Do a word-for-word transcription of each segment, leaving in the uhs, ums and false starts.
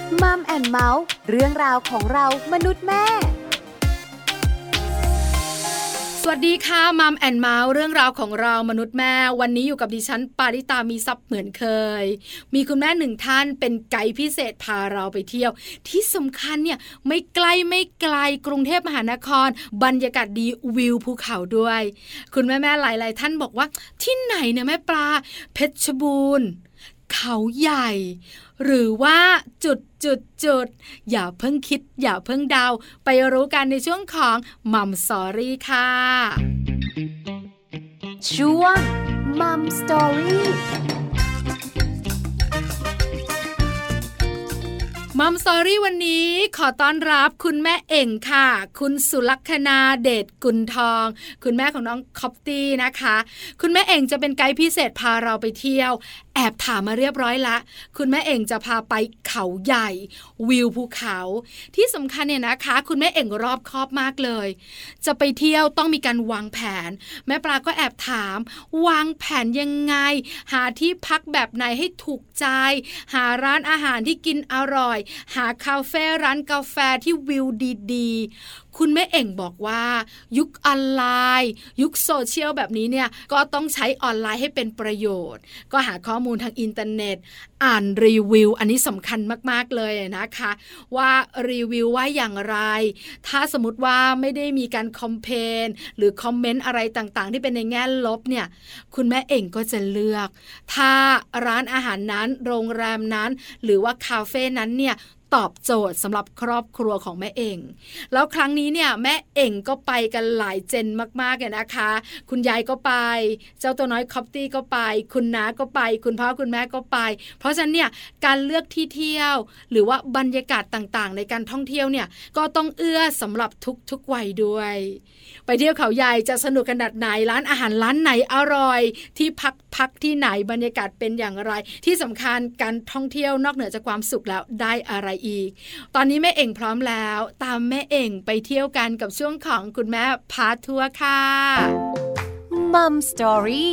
มัมแอนด์เมาส์เรื่องราวของเรามนุษย์แม่สวัสดีค่ะมัมแอนเมาส์เรื่องราวของเรามนุษย์แม่วันนี้อยู่กับดิฉันปาริตามีซับเหมือนเคยมีคุณแม่หนึ่งท่านเป็นไกด์พิเศษพาเราไปเที่ยวที่สำคัญเนี่ยไม่ไกลไม่ไกลกรุงเทพมหานครบรรยากาศดีวิวภูเขาด้วยคุณแม่แม่หลายๆท่านบอกว่าที่ไหนเนี่ยแม่ปลาเพชรบูรณ์เขาใหญ่หรือว่าจุดจุดจุดอย่าเพิ่งคิดอย่าเพิ่งเดาไปรู้กันในช่วงของมัมสอรี่ค่ะช่วงมัมสตอรี่มัมสตอรี่วันนี้ขอต้อนรับคุณแม่เอ่งค่ะคุณสุลักษณาเดชกุลทองคุณแม่ของน้องคอปตี้นะคะคุณแม่เอ่งจะเป็นไกด์พิเศษพาเราไปเที่ยวแอบถามมาเรียบร้อยละคุณแม่เอ่งจะพาไปเขาใหญ่วิวภูเขาที่สำคัญเนี่ยนะคะคุณแม่เอ่งรอบคอบมากเลยจะไปเที่ยวต้องมีการวางแผนแม่ปลาก็แอบถามวางแผนยังไงหาที่พักแบบไหนให้ถูกใจหาร้านอาหารที่กินอร่อยหาคาเฟ่ร้านกาแฟที่วิวดีๆคุณแม่เอ่งบอกว่ายุคออนไลน์ยุคโซเชียลแบบนี้เนี่ยก็ต้องใช้ออนไลน์ให้เป็นประโยชน์ก็หาข้อมูลทางอินเทอร์เน็ตอ่านรีวิวอันนี้สำคัญมากๆเลยนะคะว่ารีวิวว่าอย่างไรถ้าสมมติว่าไม่ได้มีการคอมเพนหรือคอมเมนต์อะไรต่างๆที่เป็นในแง่ลบเนี่ยคุณแม่เอ่งก็จะเลือกถ้าร้านอาหารนั้นโรงแรมนั้นหรือว่าคาเฟ่นั้นเนี่ยตอบโจทย์สำหรับครอบครัวของแม่เอ่งแล้วครั้งนี้เนี่ยแม่เอ่งก็ไปกันหลายเจนมากๆเลยนะคะคุณยายก็ไปเจ้าตัวน้อยคอปตี้ก็ไปคุณน้าก็ไปคุณพ่อคุณแม่ก็ไปเพราะฉะนั้นเนี่ยการเลือกที่เที่ยวหรือว่าบรรยากาศต่างๆในการท่องเที่ยวเนี่ยก็ต้องเอื้อสำหรับทุกๆวัยด้วยไปเที่ยวเขาใหญ่จะสนุกขนาดไหนร้านอาหารร้านไหนอร่อยที่พักพักที่ไหนบรรยากาศเป็นอย่างไรที่สำคัญการท่องเที่ยวนอกเหนือจากความสุขแล้วได้อะไรอีกตอนนี้แม่เอ่งพร้อมแล้วตามแม่เอ่งไปเที่ยวกันกับช่วงของคุณแม่พาทัวร์ค่ะมัมสตอรี่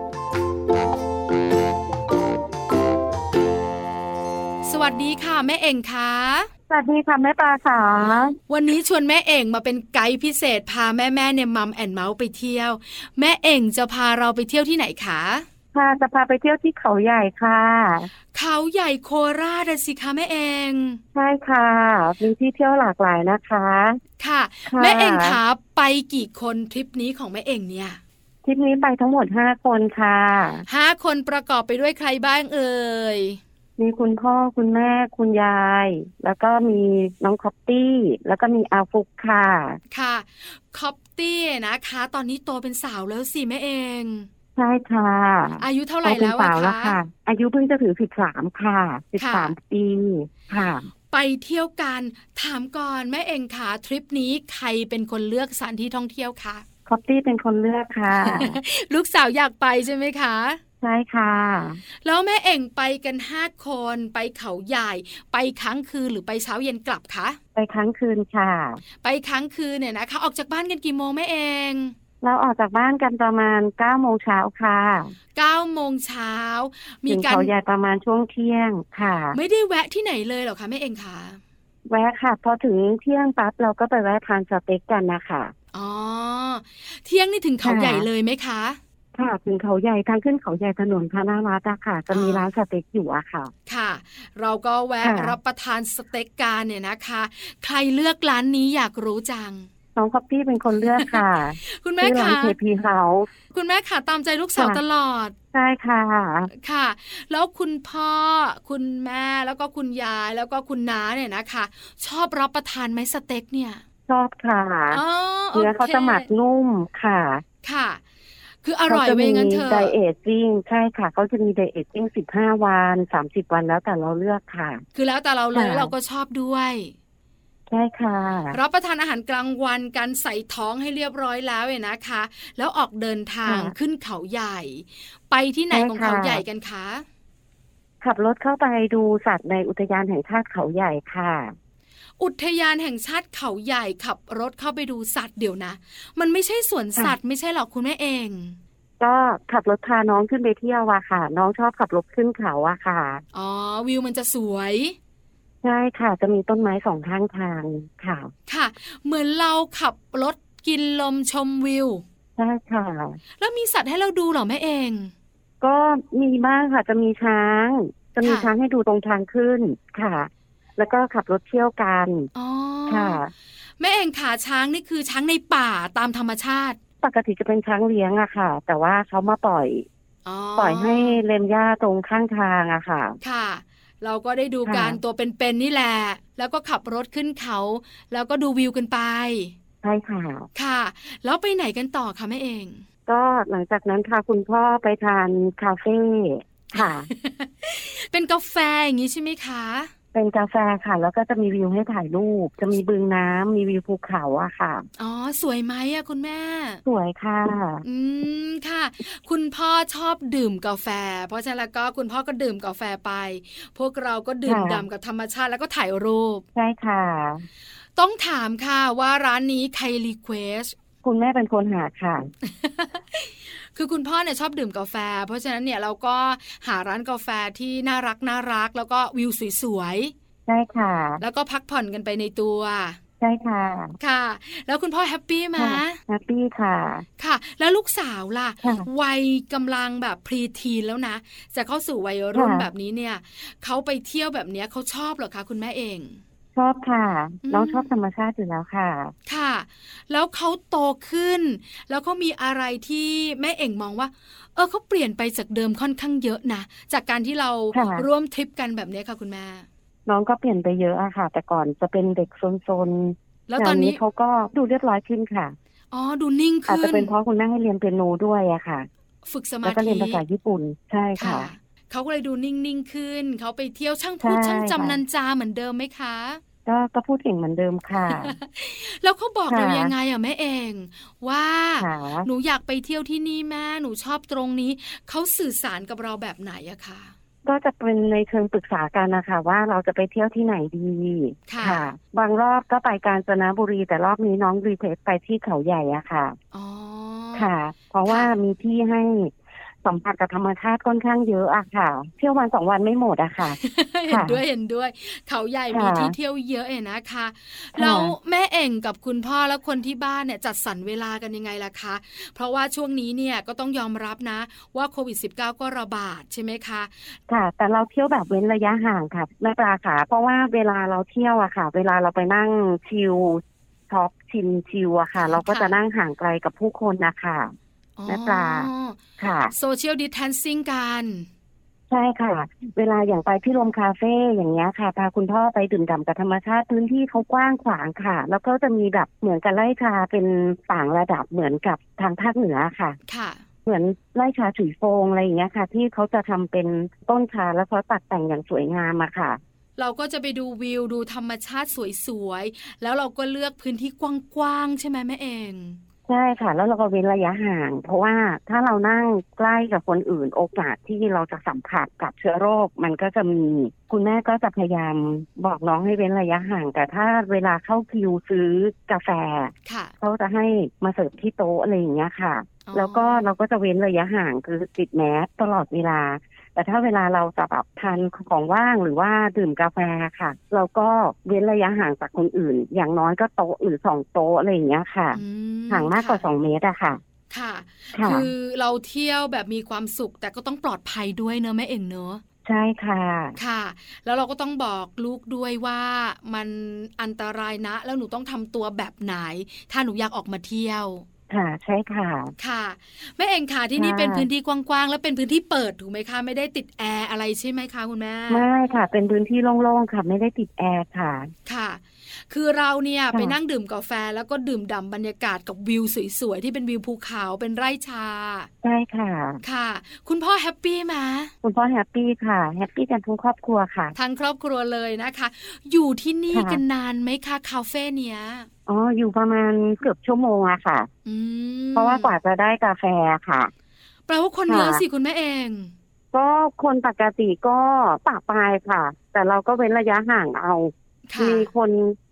สวัสดีค่ะแม่เอ่งค่ะสวัสดีค่ะแม่ปลาค่ะวันนี้ชวนแม่เอ่งมาเป็นไกด์พิเศษพาแม่แม่เนี่ยมัมแอนเมาส์ไปเที่ยวแม่เอ่งจะพาเราไปเที่ยวที่ไหนคะค่ะจะพาไปเที่ยวที่เขาใหญ่ค่ะเขาใหญ่โคราชสิคะแม่เอ่งใช่ค่ะมีที่เที่ยวหลากหลายนะคะค่ะแม่เอ่งคะไปกี่คนทริปนี้ของแม่เอ่งเนี่ยทริปนี้ไปทั้งหมดห้าคนค่ะห้าคนประกอบไปด้วยใครบ้างเอ่ยมีคุณพ่อคุณแม่คุณยายแล้วก็มีน้องคอปตี้แล้วก็มีอาฟุกค่ะค่ะคอปตี้นะคะตอนนี้โตเป็นสาวแล้วสิแม่เองใช่ค่ะอายุเท่าไหร่แล้วอะคะอายุเพิ่งจะถึงสิบสามค่ะสิบสามปีค่ะไปเที่ยวกันถามก่อนแม่เองค่ะทริปนี้ใครเป็นคนเลือกสถานที่ท่องเที่ยวคะคอปตี้เป็นคนเลือกค่ะลูกสาวอยากไปใช่ไหมคะใช่ค่ะแล้วแม่เอ่งไปกันห้าคนไปเขาใหญ่ไปค้างคืนหรือไปเช้าเย็นกลับคะไปค้างคืนค่ะไปค้างคืนเนี่ยนะคะออกจากบ้านกันกี่โมงแม่เอ่งเราออกจากบ้านกันประมาณเก้าโมงเช้าค่ะเก้าโมงเช้ามีการเขาใหญ่ประมาณช่วงเที่ยงค่ะไม่ได้แวะที่ไหนเลยเหรอคะแม่เอ่งคะแวะค่ะพอถึงเที่ยงปั๊บเราก็ไปแวะทานสเต็กกันนะคะอ๋อเที่ยงนี่ถึงเขาใหญ่เลยไหมคะค่ะถึงเขาใหญ่ทางขึ้นเขาใหญ่ถนนพระนารัตน์อะค่ะจะมีร้านสเต็กอยู่อะค่ะค่ะเราก็แวะรับประทานสเต็กกันเนี่ยนะคะใครเลือกร้านนี้อยากรู้จังน้องคอปปี้เป็นคนเลือกค่ะคุณแม่ค่ะเคพีเฮาส์คุณแม่ค่ะตามใจลูกสาวตลอดใช่ค่ะค่ะแล้วคุณพ่อคุณแม่แล้วก็คุณยายแล้วก็คุณน้าเนี่ยนะคะชอบรับประทานไหมสเต็กเนี่ยชอบค่ะเนื้อเขาจะหมักนุ่มค่ะค่ะคืออร่อยเว้ยงั้นเถอะไดเอทจิ้งใช่ค่ะเขาจะมีไดเอทจิ้งสิบห้าวันสามสิบวันแล้วแต่เราเลือกค่ะคือแล้วแต่เราเลยเราก็ชอบด้วยใช่ค่ะรับประทานอาหารกลางวันกันใส่ท้องให้เรียบร้อยแล้วเนี่ยนะคะแล้วออกเดินทางขึ้นเขาใหญ่ไปที่ไหนของเขาใหญ่กันคะขับรถเข้าไปดูสัตว์ในอุทยานแห่งชาติเขาใหญ่ค่ะอุทยานแห่งชาติเขาใหญ่ขับรถเข้าไปดูสัตว์เดี๋ยวนะมันไม่ใช่สวนสัตว์ไม่ใช่หรอกคุณแม่เองก็ขับรถพาน้องขึ้นไปเที่ยวอะค่ะน้องชอบขับรถขึ้นเขาอะค่ะอ๋อวิวมันจะสวยใใช่ค่ะจะมีต้นไม้สองข้างทางค่ะค่ะเหมือนเราขับรถกินลมชมวิวใช่ค่ะแล้วมีสัตว์ให้เราดูเหรอแม่เองก็มีบ้างค่ะจะมีช้างจะมีช้างให้ดูตรงทางขึ้นค่ะแล้วก็ขับรถเที่ยวกันค่ะแม่เองขาช้างนี่คือช้างในป่าตามธรรมชาติปกติจะเป็นช้างเลี้ยงอะค่ะแต่ว่าเขามาปล่อยปล่อยให้เล็มหญ้าตรงข้างทางอะค่ะค่ะเราก็ได้ดูการตัวเป็นๆนี่แหละแล้วก็ขับรถขึ้นเขาแล้วก็ดูวิวกันไปใช่ค่ะค่ะแล้วไปไหนกันต่อคะแม่เองก็หลังจากนั้นค่ะคุณพ่อไปทานคาเฟ่ค่ะเป็นกาแฟอย่างนี้ใช่ไหมคะเป็นกาแฟค่ะแล้วก็จะมีวิวให้ถ่ายรูปจะมีบึงน้ำมีวิวภูเขาอะค่ะอ๋อสวยไหมอะคุณแม่สวยค่ะอืมค่ะคุณพ่อชอบดื่มกาแฟเพราะฉะนั้นแล้วก็คุณพ่อก็ดื่มกาแฟไปพวกเราก็ดื่มด่ำกับธรรมชาติแล้วก็ถ่ายรูปใช่ค่ะต้องถามค่ะว่าร้านนี้ใครรีเควสคุณแม่เป็นคนหาค่ะคือคุณพ่อเนี่ยชอบดื่มกาแฟเพราะฉะนั้นเนี่ยเราก็หาร้านกาแฟที่น่ารักน่ารักแล้วก็วิวสวยๆใช่ค่ะแล้วก็พักผ่อนกันไปในตัวใช่ค่ะค่ะแล้วคุณพ่อแฮปปี้ไหมแฮปปี้ค่ะค่ะแล้วลูกสาวล่ะวัยกำลังแบบพรีทีนแล้วนะจะเข้าสู่วัยรุ่นแบบนี้เนี่ยเขาไปเที่ยวแบบนี้เขาชอบเหรอคะคุณแม่เองชอบค่ะน้องชอบธรรมชาติอยู่แล้วค่ะค่ะแล้วเขาโตขึ้นแล้วก็มีอะไรที่แม่เอ่งมองว่าเออเขาเปลี่ยนไปจากเดิมค่อนข้างเยอะนะจากการที่เราร่วมทริปกันแบบนี้ค่ะคุณแม่น้องก็เปลี่ยนไปเยอะอะค่ะแต่ก่อนจะเป็นเด็กซนๆแล้วตอนนี้เขาก็ดูเรียบร้อยขึ้นค่ะอ๋อดูนิ่งขึ้นอาจจะเป็นเพราะคุณแม่ให้เรียนเปียโนด้วยอะค่ะฝึกสมาธิแล้วก็เรียนภาษาญี่ปุ่นใช่ค่ะเขาก็เลยดูนิ่งๆขึ้นเขาไปเที่ยวช่างพูดช่างจำนันจาเหมือนเดิมไหมคะก็ก็พูดเก่งเหมือนเดิมค่ะแล้วเขาบอกเรายังไงอ่ะแม่เองว่าหนูอยากไปเที่ยวที่นี่แม่หนูชอบตรงนี้เขาสื่อสารกับเราแบบไหนอะคะก็จะเป็นในเชิงปรึกษากันนะคะว่าเราจะไปเที่ยวที่ไหนดีค่ะบางรอบก็ไปกาญจนบุรีแต่รอบนี้น้องรีเควสไปที่เขาใหญ่อะค่ะอ๋อค่ะ เพราะว่ามีที่ให้สัมผัสกับธรรมชาติค่อนข้างเยอะอะค่ะเที่ยววันสองวันไม่หมดอะค่ะเห็นด้วยเห็นด้วยเขาใหญ่มีที่เที่ยวเยอะเองนะคะแล้วแม่เอ่งกับคุณพ่อและคนที่บ้านเนี่ยจัดสรรเวลากันยังไงล่ะคะเพราะว่าช่วงนี้เนี่ยก็ต้องยอมรับนะว่าโควิด สิบเก้า ก็ระบาดใช่ไหมคะค่ะแต่เราเที่ยวแบบเว้นระยะห่างค่ะแม่ปลาค่ะเพราะว่าเวลาเราเที่ยวอะค่ะเวลาเราไปนั่งชิลช็อปชิมชิลอะค่ะเราก็จะนั่งห่างไกลกับผู้คนนะคะแม่ปลาค่ะโซเชียลดิสแทนซิ่งกันใช่ค่ะเวลาอย่างไปพี่ลมคาเฟ่อย่างเงี้ยค่ะพาคุณพ่อไปดื่มด่ำกับธรรมชาติพื้นที่เขากว้างขวางค่ะแล้วก็จะมีแบบเหมือนกับไร่ชาเป็นต่างระดับเหมือนกับทางภาคเหนือค่ะค่ะเหมือนไร่ชาฉุยโฟงอะไรอย่างเงี้ยค่ะที่เขาจะทำเป็นต้นชาแล้วเขาตัดแต่งอย่างสวยงามอะค่ะเราก็จะไปดูวิวดูธรรมชาติสวยๆแล้วเราก็เลือกพื้นที่กว้างๆใช่ไหมแม่เองใช่ค่ะแล้วเราก็เว้นระยะห่างเพราะว่าถ้าเรานั่งใกล้กับคนอื่นโอกาสที่เราจะสัมผัสกับเชื้อโรคมันก็จะมีคุณแม่ก็จะพยายามบอกน้องให้เว้นระยะห่างแต่ถ้าเวลาเข้าคิวซื้อกาแฟเขาจะให้มาเสิร์ฟที่โต๊ะอะไรอย่างเงี้ยค่ะแล้วก็เราก็จะเว้นระยะห่างคือติดแมสตลอดเวลาแต่ถ้าเวลาเราจะแบบทานของว่างหรือว่าดื่มกาแฟค่ะเราก็เว้นระยะห่างจากคนอื่นอย่างน้อยก็โต๊ะหรือสองโต๊ะอะไรอย่างเงี้ยค่ะห่างมากกว่าสองเมตรอะค่ะค่ะคือเราเที่ยวแบบมีความสุขแต่ก็ต้องปลอดภัยด้วยเนอะแม่เองเนอะใช่ค่ะค่ะแล้วเราก็ต้องบอกลูกด้วยว่ามันอันตรายนะแล้วหนูต้องทำตัวแบบไหนถ้าหนูอยากออกมาเที่ยวค่ะใช่ค่ะค่ะแม่เองค่ะที่นี่เป็นพื้นที่กว้างๆแล้วเป็นพื้นที่เปิดถูกไหมคะไม่ได้ติดแอร์อะไรใช่ไหมคะคุณแม่ไม่ค่ะเป็นพื้นที่โล่งๆค่ะไม่ได้ติดแอร์ค่ะค่ะคือเราเนี่ยไปนั่งดื่มกาแฟแล้วก็ดื่มด่ำบรรยากาศกับวิวสวยๆที่เป็นวิวภูเขาเป็นไร่ชาใช่ค่ะค่ะคุณพ่อแฮปปี้ไหมคุณพ่อแฮปปี้ค่ะแฮปปี้กันทั้งครอบครัวค่ะทั้งครอบครัวเลยนะคะอยู่ที่นี่กันนานไหมคะคาเฟ่เนี้ยอ๋ออยู่ประมาณเกือบชั่วโมงอะค่ะเพราะว่ากว่าจะได้กาแฟค่ะแปลว่าคนเยอะสิคุณแม่เองก็คนปกติก็ปะปายค่ะแต่เราก็เว้นระยะห่างเอามีคน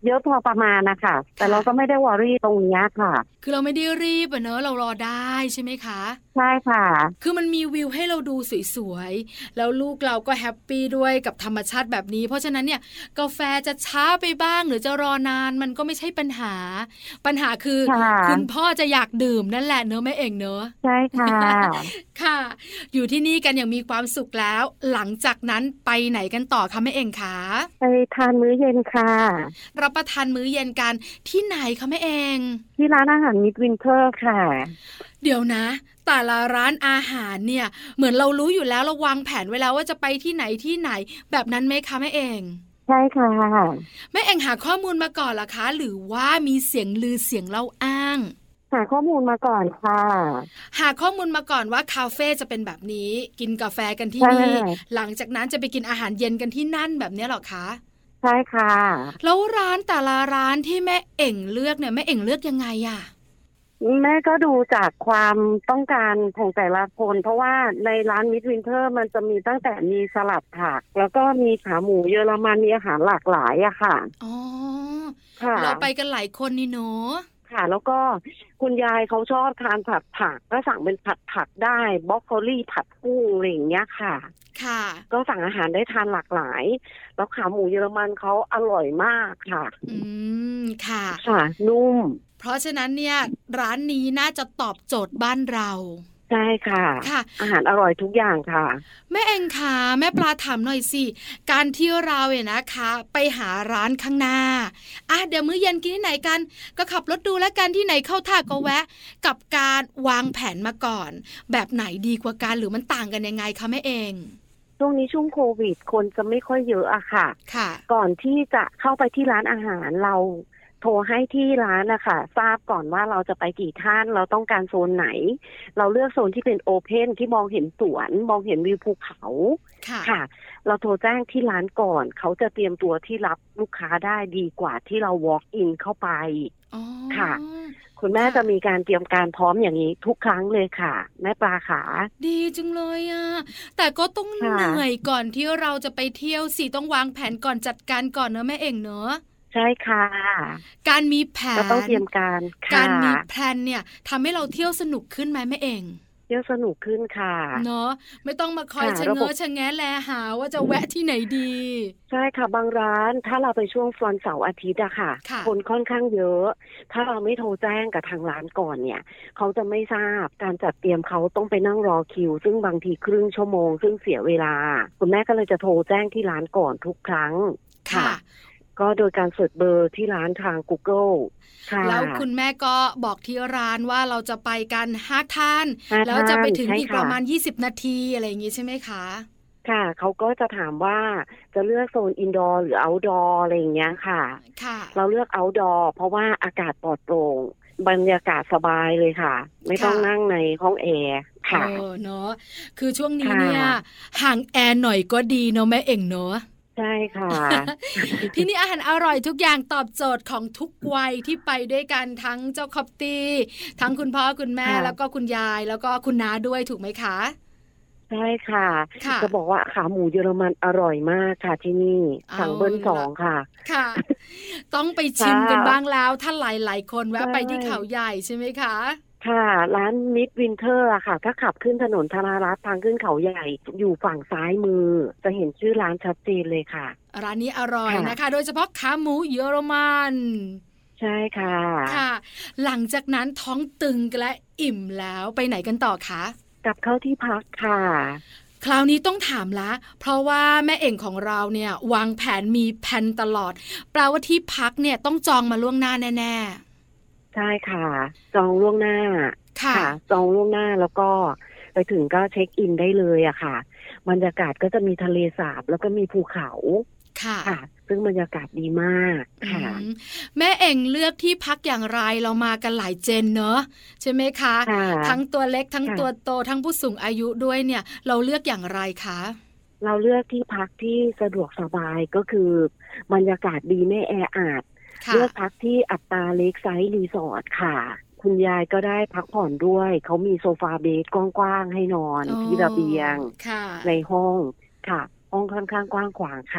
เยอะพอประมาณนะคะแต่เราก็ไม่ได้วอรี่ตรงนี้ค่ะคือเราไม่ได้รีบอะเนอะเรารอได้ใช่ไหมคะใช่ค่ะคือมันมีวิวให้เราดูสวยๆแล้วลูกเราก็แฮปปี้ด้วยกับธรรมชาติแบบนี้เพราะฉะนั้นเนี่ยกาแฟจะช้าไปบ้างหรือจะรอนานมันก็ไม่ใช่ปัญหาปัญหาคือคุณพ่อจะอยากดื่มนั่นแหละเนอะแม่เองเนอะใช่ค่ะค่ะอยู่ที่นี่กันอย่างมีความสุขแล้วหลังจากนั้นไปไหนกันต่อคะแม่เองคะไปทานมื้อเย็นค่ะรับประทานมื้อเย็นกันที่ไหนคะแม่เองที่ร้านอาหารมิดวินเทอร์ค่ะเดี๋ยวนะแต่ละร้านอาหารเนี่ยเหมือนเรารู้อยู่แล้วเราวางแผนไว้แล้วว่าจะไปที่ไหนที่ไหนแบบนั้นไหมคะแม่เองใช่ค่ะแม่เองหาข้อมูลมาก่อนเหรอคะหรือว่ามีเสียงลือเสียงเล่าอ้างหาข้อมูลมาก่อนค่ะหาข้อมูลมาก่อนว่าคาเฟ่จะเป็นแบบนี้กินกาแฟกันที่นี่หลังจากนั้นจะไปกินอาหารเย็นกันที่นั่นแบบนี้หรอคะใช่ค่ะแล้วร้านแต่ละร้านที่แม่เองเลือกเนี่ยแม่เองเลือกยังไงอะแม่ก็ดูจากความต้องการของแต่ละคนเพราะว่าในร้านมิดวินเทอร์มันจะมีตั้งแต่มีสลัดผักแล้วก็มีขาหมูเยอรมันมีอาหารหลากหลายอะค่ะอ๋อค่ะเราไปกันหลายคนนี่เนาะค่ะแล้วก็คุณยายเขาชอบทานผัดผักก็สั่งเป็นผัดผักได้บล็อกโคลี่ผัดกุ้งอะไรอย่างเงี้ยค่ะค่ะก็สั่งอาหารได้ทานหลากหลายแล้วขาหมูเยอรมันเขาอร่อยมากค่ะอืมค่ะค่ะนุ่มเพราะฉะนั้นเนี่ยร้านนี้น่าจะตอบโจทย์บ้านเราใช่ค่ะค่ะอาหารอร่อยทุกอย่างค่ะแม่เองค่ะแม่ปลาถามหน่อยสิการที่เราเนี่ยนะคะไปหาร้านข้างหน้าอ่ะเดี๋ยวมื้อเย็นกินที่ไหนกันก็ขับรถดูแล้วกันที่ไหนเข้าท่าก็แวะกับการวางแผนมาก่อนแบบไหนดีกว่ากันหรือมันต่างกันยังไงคะแม่เองช่วงนี้ช่วงโควิดคนจะไม่ค่อยเยอะอะค่ะค่ะก่อนที่จะเข้าไปที่ร้านอาหารเราโทรให้ที่ร้านนะคะทราบก่อนว่าเราจะไปกี่ท่านเราต้องการโซนไหนเราเลือกโซนที่เป็นโอเพนที่มองเห็นสวนมองเห็นวิวภูเขาค่ะเราโทรแจ้งที่ร้านก่อนเขาจะเตรียมตัวที่รับลูกค้าได้ดีกว่าที่เรา walk in เข้าไปค่ะคุณแม่จะมีการเตรียมการพร้อมอย่างนี้ทุกครั้งเลยค่ะแม่ปลาขาดีจังเลยอ่ะแต่ก็ต้องเหนื่อยก่อนที่เราจะไปเที่ยวสิต้องวางแผนก่อนจัดการก่อนเนอะแม่เองเนอะใช่ค่ะการมีแผนก็ต้องเตรียมการการมีแผนเนี่ยทำให้เราเที่ยวสนุกขึ้นไหมแม่เองเที่ยวสนุกขึ้นค่ะเนาะไม่ต้องมาคอยชะเง้อชะแงะแลหาว่าจะแวะที่ไหนดีใช่ค่ะบางร้านถ้าเราไปช่วงวันเสาร์อาทิตย์อะค่ะคนค่อนข้างเยอะถ้าเราไม่โทรแจ้งกับทางร้านก่อนเนี่ยเขาจะไม่ทราบการจัดเตรียมเขาต้องไปนั่งรอคิวซึ่งบางทีครึ่งชั่วโมงซึ่งเสียเวลาคุณแม่ก็เลยจะโทรแจ้งที่ร้านก่อนทุกครั้งค่ะก็โดยการเสิร์ชเบอร์ที่ร้านทาง Google แล้วคุณแม่ก็บอกที่ร้านว่าเราจะไปกันห้าท่านแล้วจะไปถึงอีกประมาณยี่สิบนาทีอะไรอย่างงี้ใช่ไหมคะค่ะเขาก็จะถามว่าจะเลือกโซนอินดอร์หรือเอาท์ดอร์อะไรอย่างเงี้ยค่ะค่ะเราเลือกเอาท์ดอร์เพราะว่าอากาศปลอดโปร่งบรรยากาศสบายเลยค่ะไม่ต้องนั่งในห้องแอร์ค่ะเออเนาะคือช่วงนี้เนี่ยห่างแอร์หน่อยก็ดีเนาะแม่เอ็งเนาะใช่ค่ะที่นี่อาหารอร่อยทุกอย่างตอบโจทย์ของทุกวัยที่ไปด้วยกันทั้งเจ้าคอปตี้ทั้งคุณพ่อคุณแม่แล้วก็คุณยายแล้วก็คุณน้าด้วยถูกไหมคะใช่ค่ะจะบอกว่าขาหมูเยอรมันอร่อยมากค่ะที่นี่สั่งเบิ้ลสองค่ะค่ะต้องไปชิมกันบ้างแล้วถ้าหลายๆคนแวะไปที่เขาใหญ่ใช่ไหมคะค่ะร้านมิดวินเทอร์อะค่ะถ้าขับขึ้นถนนธนารัตน์ทางขึ้นเขาใหญ่อยู่ฝั่งซ้ายมือจะเห็นชื่อร้านชัดเจนเลยค่ะร้านนี้อร่อยนะคะโดยเฉพาะขาหมูเยอรมันใช่ค่ะค่ะหลังจากนั้นท้องตึงและอิ่มแล้วไปไหนกันต่อคะกลับเข้าที่พักค่ะคราวนี้ต้องถามละเพราะว่าแม่เองของเราเนี่ยวางแผนมีแผนตลอดแปลว่าที่พักเนี่ยต้องจองมาล่วงหน้าแน่ๆใช่ค่ะจองล่วงหน้าค่ะจองล่วงหน้าแล้วก็ไปถึงก็เช็คอินได้เลยอะค่ะบรรยากาศก็จะมีทะเลสาบแล้วก็มีภูเขาค่ะซึ่งบรรยากาศดีมากค่ะแม่เองเลือกที่พักอย่างไรเรามากันหลายเจนเนอะใช่ไหมคะทั้งตัวเล็กทั้งตัวโตทั้งผู้สูงอายุด้วยเนี่ยเราเลือกอย่างไรคะเราเลือกที่พักที่สะดวกสบายก็คือบรรยากาศดีไม่แออัดเลือกพักที่อัตตาเล็กไซส์รีสอร์ทค่ะคุณยายก็ได้พักผ่อนด้วยเขามีโซฟาเบดกว้างๆให้นอนที่ระเบียงในห้องค่ะห้องค่อนข้างกว้างขวางค่ะ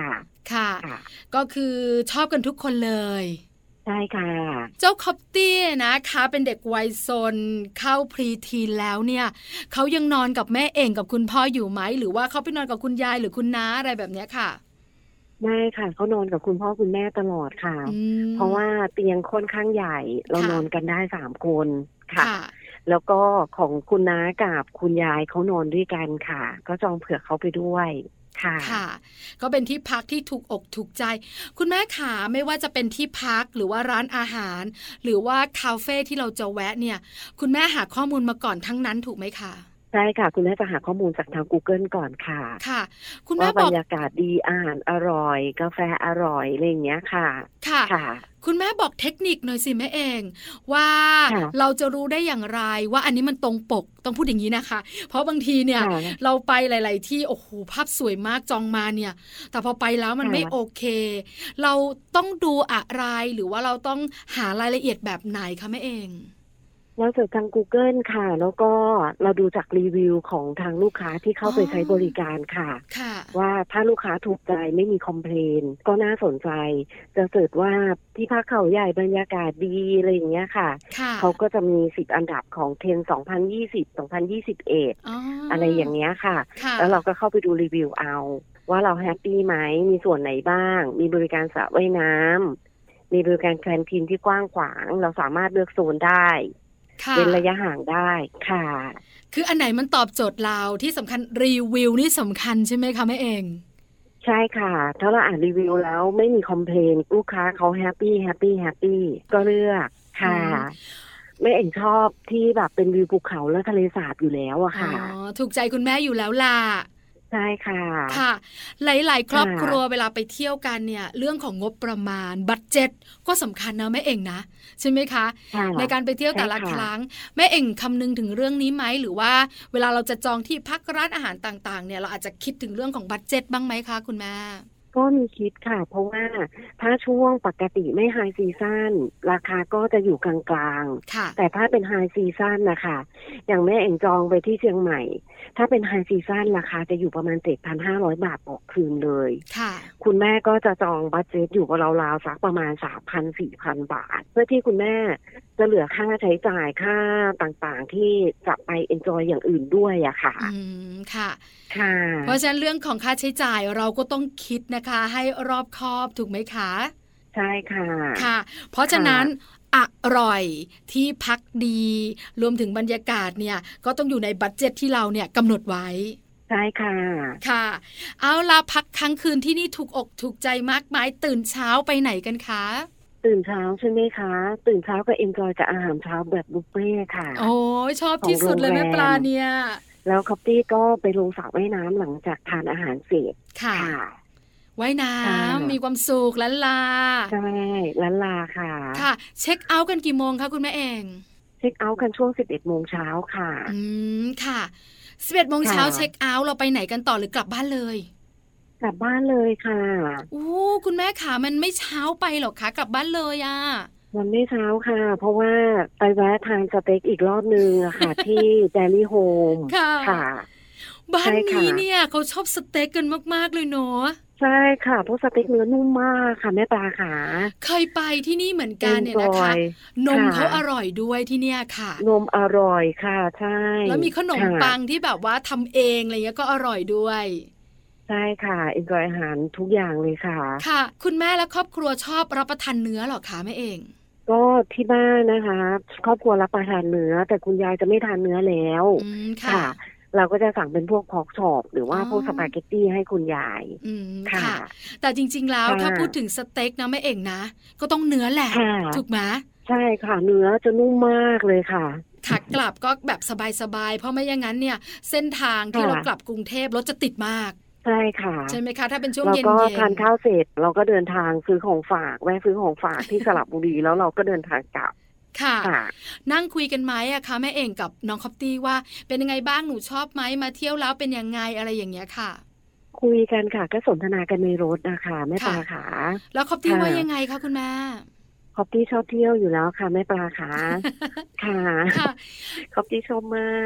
ค่ะก็คือชอบกันทุกคนเลยใช่ค่ะเจ้าคอปตี้นะคะเป็นเด็กวัยซนเข้าพรีทีนแล้วเนี่ยเขายังนอนกับแม่เองกับคุณพ่ออยู่ไหมหรือว่าเขาไปนอนกับคุณยายหรือคุณน้าอะไรแบบนี้ค่ะไม่ค่ะเขานอนกับคุณพ่อคุณแม่ตลอดค่ะเพราะว่าเตียงค่อนข้างใหญ่เรานอนกันได้สามคนค่ะแล้วก็ของคุณน้ากับคุณยายเขานอนด้วยกันค่ะก็จองเผื่อเขาไปด้วยค่ะค่ะก็เป็นที่พักที่ถูกอกถูกใจคุณแม่ขาไม่ว่าจะเป็นที่พักหรือว่าร้านอาหารหรือว่าคาเฟ่ที่เราจะแวะเนี่ยคุณแม่หาข้อมูลมาก่อนทั้งนั้นถูกไหมคะใช่ค่ะคุณแม่จะหาข้อมูลจากทาง Google ก่อนค่ะค่ะคุณแม่บอกว่าบรรยากาศดีอาหารอร่อยกาแฟอร่อยอะไรอย่างเงี้ยค่ะค่ะค่ะคุณแม่บอกเทคนิคหน่อยสิแม่เองว่าเราจะรู้ได้อย่างไรว่าอันนี้มันตรงปกต้องพูดอย่างนี้นะคะเพราะบางทีเนี่ยเราไปหลายๆที่โอ้โหภาพสวยมากจองมาเนี่ยแต่พอไปแล้วมันไม่โอเคเราต้องดูอะไรหรือว่าเราต้องหารายละเอียดแบบไหนคะแม่เองเราเสิร์ชทาง Google ค่ะแล้วก็เราดูจากรีวิวของทางลูกค้าที่เข้าไปใช้บริการค่ะว่าถ้าลูกค้าถูกใจไม่มีคอมเพลนก็น่าสนใจจะเสิร์ชว่าที่พักเขาใหญ่บรรยากาศดีอะไรอย่างเงี้ยค่ะเขาก็จะมีสิบอันดับของเทรนด์สองพันยี่สิบ สองพันยี่สิบเอ็ด อ, อะไรอย่างเงี้ยค่ะแล้วเราก็เข้าไปดูรีวิวเอาว่าเราแฮปปี้ไหมมีส่วนไหนบ้างมีบริการสระว่ายน้ำมีบริการแคนทีนที่กว้างขวางเราสามารถเลือกโซนได้เป็นระยะห่างได้ค่ะคืออันไหนมันตอบโจทย์เราที่สำคัญรีวิวนี่สำคัญใช่ไหมคะแม่เองใช่ค่ะถ้าเราอ่านรีวิวแล้วไม่มีคอมเพลนลูกค้าเขาแฮปปี้แฮปปี้แฮปปี้ก็เลือกค่ะแม่เองชอบที่แบบเป็นวิวภูเขาและทะเลสาบอยู่แล้วอะค่ะอ๋อถูกใจคุณแม่อยู่แล้วล่ะใช่ค่ะค่ะหลายๆครอบครัวเวลาไปเที่ยวกันเนี่ยเรื่องของงบประมาณบัดเจ็ตก็สำคัญนะแม่เองนะใช่ไหมคะในการไปเที่ยวแต่ละครั้งแม่เองคำนึงถึงเรื่องนี้ไหมหรือว่าเวลาเราจะจองที่พักร้านอาหารต่างๆเนี่ยเราอาจจะคิดถึงเรื่องของบัดเจ็ตบ้างไหมคะคุณแม่ก็มีคิดค่ะเพราะว่าถ้าช่วงปกติไม่ไฮซีซั่นราคาก็จะอยู่กลางๆแต่ถ้าเป็นไฮซีซั่นนะคะอย่างแม่เองจองไปที่เชียงใหม่ถ้าเป็นไฮซีซั่นราคาจะอยู่ประมาณ เจ็ดพันห้าร้อย บาทต่อคืนเลยคุณแม่ก็จะจองบัดเจ็ตอยู่กับราวๆสักประมาณ สามพัน สี่พัน บาทเพื่อที่คุณแม่จะเหลือค่าใช้จ่ายค่าต่างๆที่จะไปเอนจอยอย่างอื่นด้วยอะค่ะอืมค่ะค่ะเพราะฉะนั้นเรื่องของค่าใช้จ่ายเราก็ต้องคิดนะคะให้รอบคอบถูกไหมคะใช่ค่ะค่ะเพราะฉะนั้นอร่อยที่พักดีรวมถึงบรรยากาศเนี่ยก็ต้องอยู่ในบัดเจ็ตที่เราเนี่ยกำหนดไว้ใช่ค่ะค่ะเอาล่ะพักค้างคืนที่นี่ถูกอกถูกใจมากมายตื่นเช้าไปไหนกันคะตื่นเช้าใช่ไหมคะตื่นเช้าก็เอนจอยกับอาหารเช้าแบบบุฟเฟ่ค่ะโอ้ชอบที่สุดเลยแม่ปลาเนี่ยแล้วคอปตี้ก็ไปลงสระว่ายน้ำหลังจากทานอาหารเสร็จค่ะว่ายน้ำมีความสุขล้านลาใช่ล้านลาค่ะค่ะเช็คเอาท์กันกี่โมงคะคุณแม่เองเช็คเอาท์กันช่วง สิบเอ็ดโมงเช้าค่ะอืมค่ะ สิบเอ็ดโมงเช้าเช็คเอาท์เราไปไหนกันต่อหรือกลับบ้านเลยกลับบ้านเลยค่ะโอ้คุณแม่ขามันไม่เช้าไปหรอกคะกลับบ้านเลยอ่ะมันไม่เช้าค่ะเพราะว่าไปแวะทานสเต็กอีกรอบนึงอะค่ะ ที่แดลี่โฮมค่ะบ้านนี้เนี่ยเขาชอบสเต็กกันมากๆเลยเนาะใช่ค่ะเพราะสเต็กเนื้อนุ่มมากค่ะแม่ปลาขาเคยไปที่นี่เหมือนกันเนี่ยนะคะนมเขาอร่อยด้วยที่เนี่ยค่ะนมอร่อยค่ะใช่แล้วมีขนมปังที่แบบว่าทำเองอะไรเงี้ยก็อร่อยด้วยใช่ค่ะเอ็นจอยอาหารทุกอย่างเลยค่ะค่ะคุณแม่และครอบครัวชอบรับประทานเนื้อหรอคะแม่เองก็ที่บ้านนะคะครอบครัวรับประทานเนื้อแต่คุณยายจะไม่ทานเนื้อแล้วค่ะเราก็จะสั่งเป็นพวกพอกช็อปหรือว่าพวกสปาเกตตี้ให้คุณยายค่ะแต่จริงๆแล้วถ้าพูดถึงสเต็กนะแม่เองนะก็ต้องเนื้อแหละถูกไหมใช่ค่ะเนื้อจะนุ่มมากเลยค่ะขากลับก็แบบสบายๆเพราะไม่อย่างนั้นเนี่ยเส้นทางที่เรากลับกรุงเทพรถจะติดมากใช่ค่ะใช่ไหมคะถ้าเป็นช่วงเย็นๆเราก็ทานข้าวเสร็จเราก็เดินทางซื้อของฝากแวะซื้อของฝากที่สระบุรีแล้วเราก็เดินทางกลับค่ะนั่งคุยกันไหมอะคะแม่เองกับน้องคอปตี้ว่าเป็นยังไงบ้างหนูชอบไหมมาเที่ยวแล้วเป็นยังไงอะไรอย่างเงี้ยค่ะคุยกันค่ะก็สนทนากันในรถนะคะแม่ปลาขาแล้วคอปตี้ว่ายังไงคะคุณแม่คอปตี้ชอบเที่ยวอยู่แล้วค่ะแม่ปลาขาค่ะคอปตี้ชอบมาก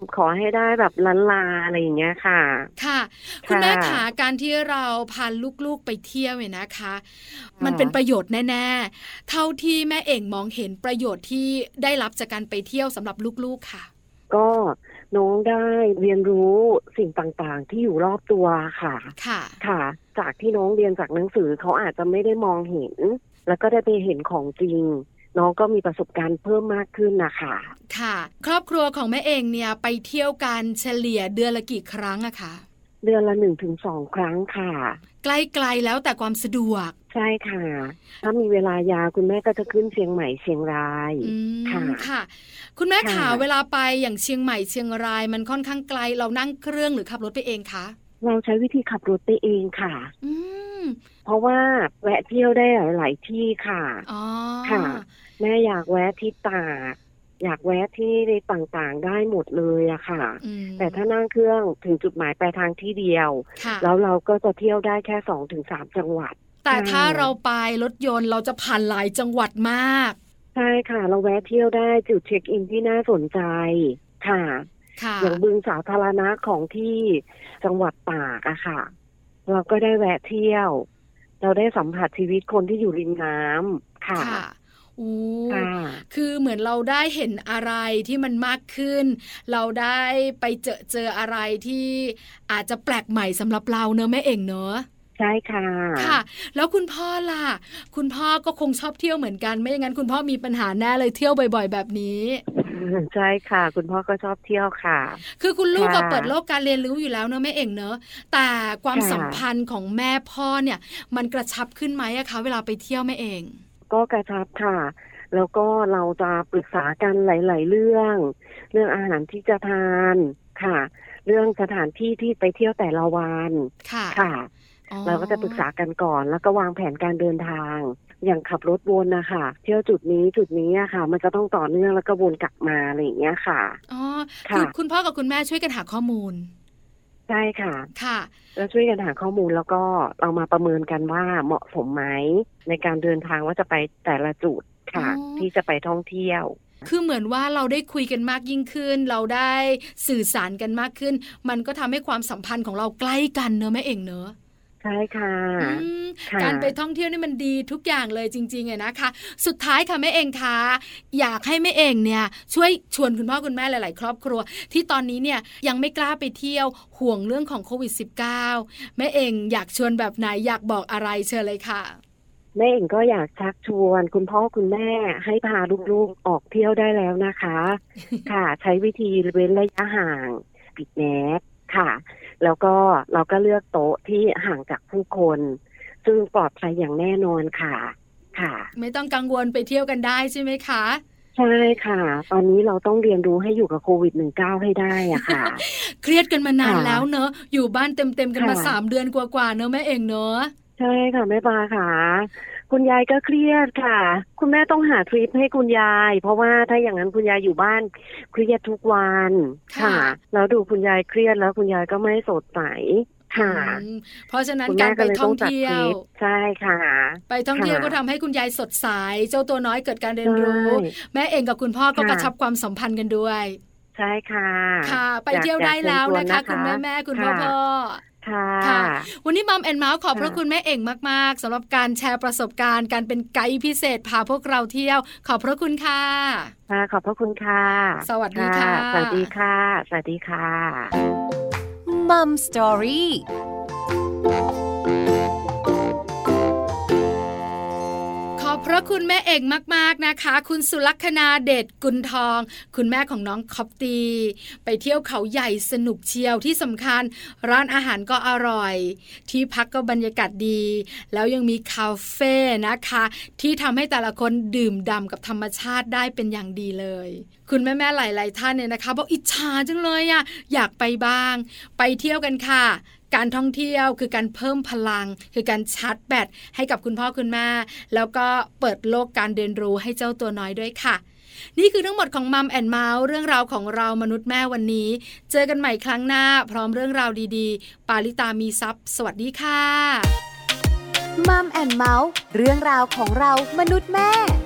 ขอให้ได้แบบล้านลาอะไรอย่างเงี้ยค่ะค่ะคุณแม่ขาการที่เราพาลูกๆไปเที่ยวเนี่ยนะคะมันเป็นประโยชน์แน่ๆเท่าที่แม่เองมองเห็นประโยชน์ที่ได้รับจากการไปเที่ยวสำหรับลูกๆค่ะก็น้องได้เรียนรู้สิ่งต่างๆที่อยู่รอบตัวค่ะค่ะค่ะจากที่น้องเรียนจากหนังสือเขาอาจจะไม่ได้มองเห็นแล้วก็ได้ไปเห็นของจริงน้องก็มีประสบการณ์เพิ่มมากขึ้นนะคะค่ะครอบครัวของแม่เองเนี่ยไปเที่ยวกันเฉลี่ยเดือนละกี่ครั้งอะคะเดือนละหนึ่งถึงสองครั้งค่ะใกล้ๆแล้วแต่ความสะดวกใช่ค่ะถ้ามีเวลายาวคุณแม่ก็จะขึ้นเชียงใหม่เชียงรายค่ะค่ะคุณแม่ขาเวลาไปอย่างเชียงใหม่เชียงรายมันค่อนข้างไกลเรานั่งเครื่องหรือขับรถไปเองคะเราใช้วิธีขับรถไปเองค่ะอืมเพราะว่าแวะเที่ยวได้หลายที่ค่ะอ๋อค่ะแม่อยากแวะที่ตากอยากแวะที่ในต่างๆได้หมดเลยอะค่ะแต่ถ้านั่งเครื่องถึงจุดหมายปลายทางที่เดียวแล้วเราก็จะเที่ยวได้แค่ สองถึงสาม จังหวัดแต่ถ้าเราไปรถยนต์เราจะผ่านหลายจังหวัดมากใช่ค่ะเราแวะเที่ยวได้จุดเช็คอินที่น่าสนใจค่ะอย่างบึงสาธารณะของที่จังหวัดตากอะค่ะเราก็ได้แวะเที่ยวเราได้สัมผัสชีวิตคนที่อยู่ริมน้ำค่ะอู้คือเหมือนเราได้เห็นอะไรที่มันมากขึ้นเราได้ไปเจอเจออะไรที่อาจจะแปลกใหม่สำหรับเราเนอะแม่เองเนอะใช่ค่ะค่ะแล้วคุณพ่อล่ะคุณพ่อก็คงชอบเที่ยวเหมือนกันไม่อย่างนั้นคุณพ่อมีปัญหาแน่เลยเที่ยวบ่อยๆแบบนี้ใช่ค่ะคุณพ่อก็ชอบเที่ยวค่ะคือคุณลูกก็เปิดโลกการเรียนรู้อยู่แล้วเนอะแม่เองเนอะแต่ความสัมพันธ์ของแม่พ่อเนี่ยมันกระชับขึ้นไหมอะคะเวลาไปเที่ยวแม่เองก็กระชับค่ะแล้วก็เราจะปรึกษากันหลายๆเรื่องเรื่องอาหารที่จะทานค่ะเรื่องสถานที่ที่ไปเที่ยวแต่ละวันค่ะค่ะเราก็จะปรึกษากันก่อนแล้วก็วางแผนการเดินทางอย่างขับรถวนนะคะเที่ยวจุดนี้จุดนี้อะค่ะมันจะต้องต่อเนื่องแล้วก็วนกลับมาอะไรอย่างเงี้ยค่ะอ๋อคือคุณพ่อกับคุณแม่ช่วยกันหาข้อมูลใช่ค่ะค่ะแล้วช่วยกันหาข้อมูลแล้วก็เรามาประเมินกันว่าเหมาะสมไหมในการเดินทางว่าจะไปแต่ละจุดค่ะที่จะไปท่องเที่ยวคือเหมือนว่าเราได้คุยกันมากยิ่งขึ้นเราได้สื่อสารกันมากขึ้นมันก็ทำให้ความสัมพันธ์ของเราใกล้กันเนอะแม่เองเนอะใช่ค่ะการไปท่องเที่ยวนี่มันดีทุกอย่างเลยจริงๆไงนะคะสุดท้ายค่ะแม่เองคะอยากให้แม่เองเนี่ยช่วยชวนคุณพ่อคุณแม่หลายๆครอบครัวที่ตอนนี้เนี่ยยังไม่กล้าไปเที่ยวห่วงเรื่องของโควิด สิบเก้า แม่เองอยากชวนแบบไหนอยากบอกอะไรเชิญเลยค่ะแม่เองก็อยากชักชวนคุณพ่อคุณแม่ให้พาลูกๆออกเที่ยวได้แล้วนะคะค่ะใช้วิธีเว้นระยะห่างปิดแมสค่ะแล้วก็เราก็เลือกโต๊ะที่ห่างจากผู้คนซึ่งปลอดภัยอย่างแน่นอนค่ะค่ะไม่ต้องกังวลไปเที่ยวกันได้ใช่ไหมคะใช่ค่ะตอนนี้เราต้องเรียนรู้ให้อยู่กับโควิด สิบเก้า ให้ได้อะค่ะเครียดกันมานานแล้วเนอะอยู่บ้านเต็มๆกันมาสามเดือนกว่าๆเนอะแม่เองเนอะใช่ค่ะแม่ปลาค่ะคุณยายก็เครียดค่ะคุณแม่ต้องหาทริปให้คุณยายเพราะว่าถ้าอย่างนั้นคุณยายอยู่บ้านเครียดทุกวันค่ะแล้วดูคุณยายเครียดแล้วคุณยายก็ไม่สดใสค่ะเพราะฉะนั้นการไปท่องเที่ยวใช่ค่ะไปท่องเที่ยวก็ทำให้คุณยายสดใสเจ้าตัวน้อยเกิดการเรียนรู้แม่เองกับคุณพ่อก็กระชับความสัมพันธ์กันด้วยใช่ค่ะค่ะไปเที่ยวได้แล้วนะคะคุณแม่แม่คุณพ่อพ่อค่ะวันนี้มัมแอนด์เมาส์ขอบพระคุณแม่เอ่งมากๆสำหรับการแชร์ประสบการณ์การเป็นไกด์พิเศษพาพวกเราเที่ยวขอบพระคุณค่ะค่ะขอบพระคุณค่ะสวัสดีค่ะสวัสดีค่ะสวัสดีค่ะมัมสตอรี่ขอบพระคุณแม่เอกมากๆนะคะคุณสุลักษณาเดชกุลทองคุณแม่ของน้องคอปตีไปเที่ยวเขาใหญ่สนุกเชียวที่สำคัญร้านอาหารก็อร่อยที่พักก็บรรยากาศดีแล้วยังมีคาเฟ่นะคะที่ทำให้แต่ละคนดื่มด่ำกับธรรมชาติได้เป็นอย่างดีเลยคุณแม่ๆหลายๆท่านเนี่ยนะคะบอกอิจฉาจังเลยอ่ะอยากไปบ้างไปเที่ยวกันค่ะการท่องเที่ยวคือการเพิ่มพลังคือการชาร์จแบตให้กับคุณพ่อคุณแม่แล้วก็เปิดโลกการเรียนรู้ให้เจ้าตัวน้อยด้วยค่ะนี่คือทั้งหมดของมัมแอนด์เมาส์เรื่องราวของเรามนุษย์แม่วันนี้เจอกันใหม่ครั้งหน้าพร้อมเรื่องราวดีๆปาริตามีทรัพย์สวัสดีค่ะมัมแอนด์เมาส์เรื่องราวของเรามนุษย์แม่